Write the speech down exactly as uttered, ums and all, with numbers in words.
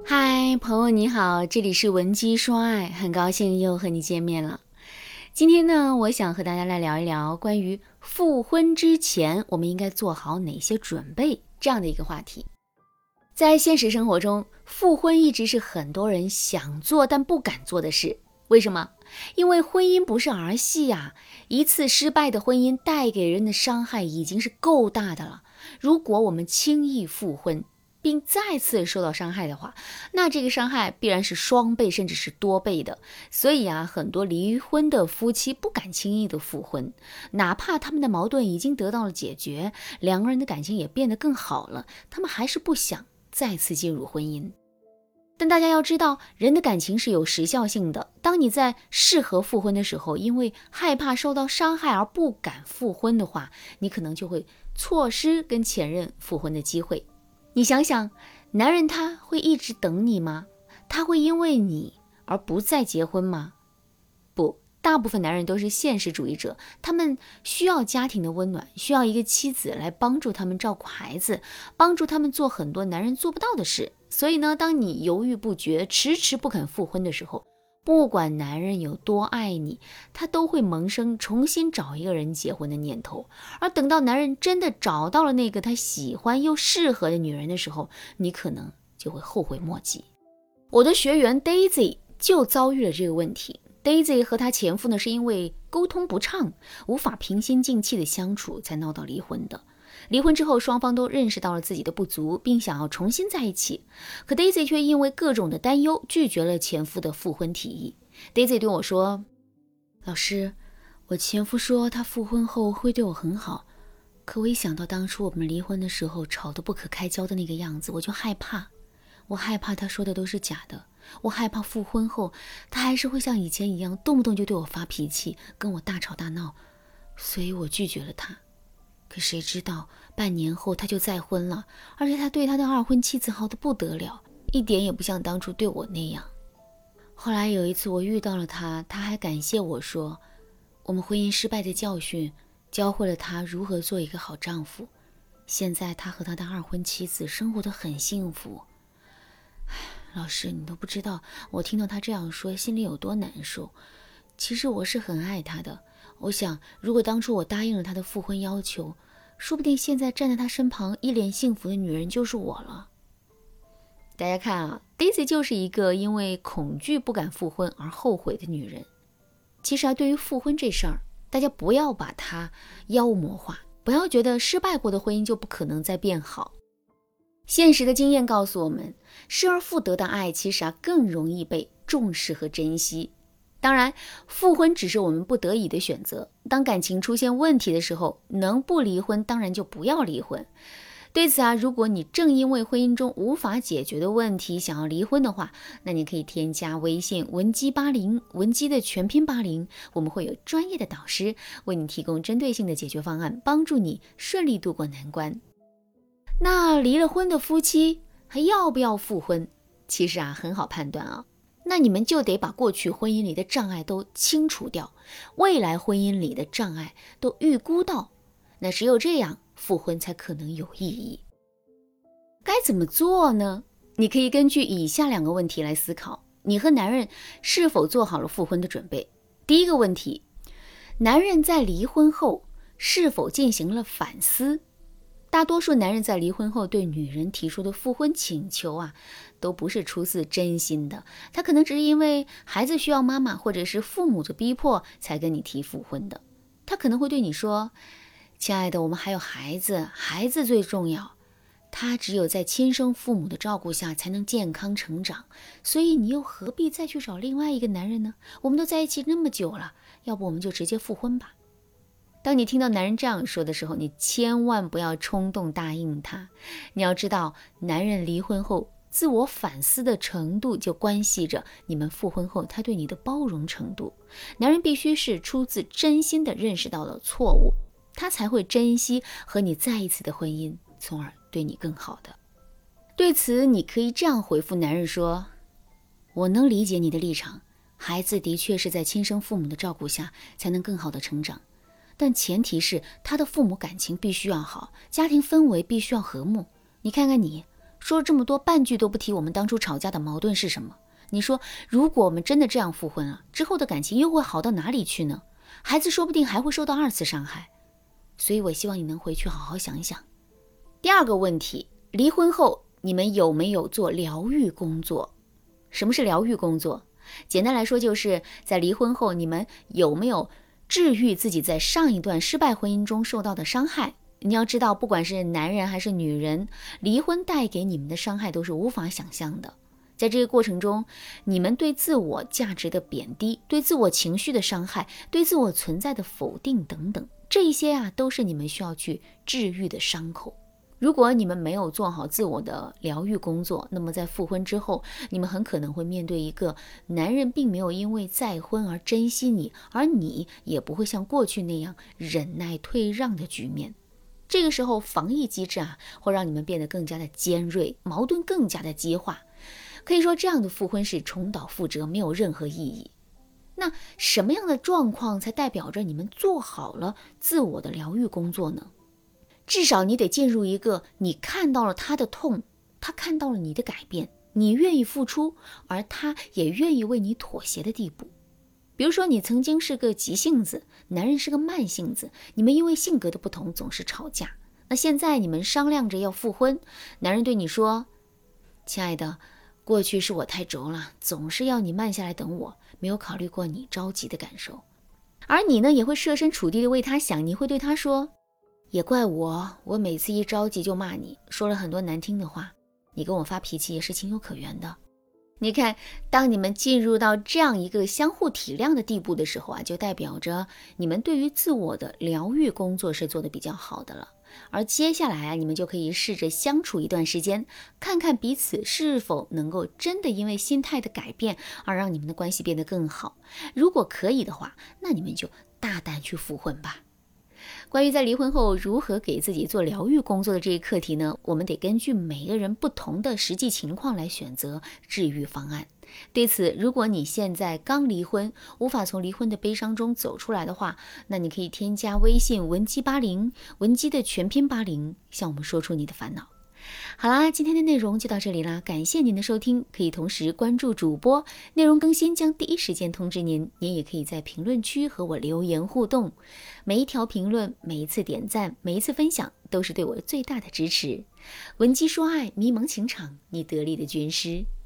嗨，朋友你好，这里是文姬说爱，很高兴又和你见面了。今天呢，我想和大家来聊一聊关于复婚之前我们应该做好哪些准备这样的一个话题。在现实生活中，复婚一直是很多人想做但不敢做的事。为什么？因为婚姻不是儿戏呀、啊，一次失败的婚姻带给人的伤害已经是够大的了。如果我们轻易复婚，并再次受到伤害的话，那这个伤害必然是双倍甚至是多倍的。所以啊，很多离婚的夫妻不敢轻易的复婚，哪怕他们的矛盾已经得到了解决，两个人的感情也变得更好了，他们还是不想再次进入婚姻。但大家要知道，人的感情是有时效性的。当你在适合复婚的时候，因为害怕受到伤害而不敢复婚的话，你可能就会错失跟前任复婚的机会。你想想，男人他会一直等你吗？他会因为你而不再结婚吗？不，大部分男人都是现实主义者，他们需要家庭的温暖，需要一个妻子来帮助他们照顾孩子，帮助他们做很多男人做不到的事。所以呢，当你犹豫不决，迟迟不肯复婚的时候，不管男人有多爱你，他都会萌生重新找一个人结婚的念头。而等到男人真的找到了那个他喜欢又适合的女人的时候，你可能就会后悔莫及。我的学员 Daisy 就遭遇了这个问题。Daisy 和她前夫呢，是因为沟通不畅，无法平心静气的相处，才闹到离婚的。离婚之后，双方都认识到了自己的不足，并想要重新在一起。可 Daisy 却因为各种的担忧，拒绝了前夫的复婚提议。Daisy 对我说，老师，我前夫说他复婚后会对我很好，可我一想到当初我们离婚的时候吵得不可开交的那个样子，我就害怕。我害怕他说的都是假的，我害怕复婚后他还是会像以前一样，动不动就对我发脾气，跟我大吵大闹，所以我拒绝了他。可谁知道半年后他就再婚了，而且他对他的二婚妻子好得不得了，一点也不像当初对我那样。后来有一次我遇到了他，他还感谢我说，我们婚姻失败的教训教会了他如何做一个好丈夫。现在他和他的二婚妻子生活得很幸福。老师，你都不知道我听到他这样说心里有多难受。其实我是很爱他的，我想如果当初我答应了他的复婚要求，说不定现在站在他身旁一脸幸福的女人就是我了。大家看啊， Daisy 就是一个因为恐惧不敢复婚而后悔的女人。其实啊，对于复婚这事儿，大家不要把它妖魔化，不要觉得失败过的婚姻就不可能再变好。现实的经验告诉我们，失而复得的爱其实啊更容易被重视和珍惜。当然，复婚只是我们不得已的选择。当感情出现问题的时候，能不离婚当然就不要离婚。对此啊，如果你正因为婚姻中无法解决的问题想要离婚的话，那你可以添加微信文姬八零，文姬的全拼八零，我们会有专业的导师为你提供针对性的解决方案，帮助你顺利度过难关。那离了婚的夫妻还要不要复婚？其实啊，很好判断啊。那你们就得把过去婚姻里的障碍都清除掉，未来婚姻里的障碍都预估到，那只有这样，复婚才可能有意义。该怎么做呢？你可以根据以下两个问题来思考，你和男人是否做好了复婚的准备。第一个问题，男人在离婚后是否进行了反思？大多数男人在离婚后对女人提出的复婚请求啊，都不是出自真心的，他可能只是因为孩子需要妈妈，或者是父母的逼迫才跟你提复婚的。他可能会对你说，亲爱的，我们还有孩子，孩子最重要，他只有在亲生父母的照顾下才能健康成长，所以你又何必再去找另外一个男人呢？我们都在一起那么久了，要不我们就直接复婚吧。当你听到男人这样说的时候，你千万不要冲动答应他。你要知道，男人离婚后自我反思的程度就关系着你们复婚后他对你的包容程度。男人必须是出自真心的认识到了错误，他才会珍惜和你在一起的婚姻，从而对你更好的。对此，你可以这样回复男人说，我能理解你的立场，孩子的确是在亲生父母的照顾下才能更好的成长，但前提是他的父母感情必须要好，家庭氛围必须要和睦。你看看你， 说了这么多，半句都不提我们当初吵架的矛盾是什么。你说，如果我们真的这样复婚了，之后的感情又会好到哪里去呢？孩子说不定还会受到二次伤害。所以我希望你能回去好好想一想。第二个问题，离婚后你们有没有做疗愈工作？什么是疗愈工作？简单来说，就是在离婚后，你们有没有治愈自己在上一段失败婚姻中受到的伤害？你要知道，不管是男人还是女人，离婚带给你们的伤害都是无法想象的。在这个过程中，你们对自我价值的贬低，对自我情绪的伤害，对自我存在的否定等等，这一些啊，都是你们需要去治愈的伤口。如果你们没有做好自我的疗愈工作，那么在复婚之后，你们很可能会面对一个男人并没有因为再婚而珍惜你，而你也不会像过去那样忍耐退让的局面。这个时候防疫机制啊，会让你们变得更加的尖锐，矛盾更加的激化。可以说这样的复婚是重蹈覆辙，没有任何意义。那什么样的状况才代表着你们做好了自我的疗愈工作呢？至少你得进入一个你看到了他的痛，他看到了你的改变，你愿意付出，而他也愿意为你妥协的地步。比如说你曾经是个急性子，男人是个慢性子，你们因为性格的不同总是吵架。那现在你们商量着要复婚，男人对你说，亲爱的，过去是我太轴了，总是要你慢下来等我，没有考虑过你着急的感受。而你呢，也会设身处地的为他想，你会对他说，也怪我，我每次一着急就骂你，说了很多难听的话，你跟我发脾气也是情有可原的。你看，当你们进入到这样一个相互体谅的地步的时候啊，就代表着你们对于自我的疗愈工作是做得比较好的了。而接下来啊，你们就可以试着相处一段时间，看看彼此是否能够真的因为心态的改变而让你们的关系变得更好。如果可以的话，那你们就大胆去复婚吧。关于在离婚后如何给自己做疗愈工作的这一课题呢，我们得根据每个人不同的实际情况来选择治愈方案。对此，如果你现在刚离婚，无法从离婚的悲伤中走出来的话，那你可以添加微信文姬八零，文姬的全拼八零，向我们说出你的烦恼。好啦，今天的内容就到这里啦，感谢您的收听，可以同时关注主播，内容更新将第一时间通知您。您也可以在评论区和我留言互动，每一条评论，每一次点赞，每一次分享，都是对我最大的支持。文姬说爱，迷茫情场，你得力的军师。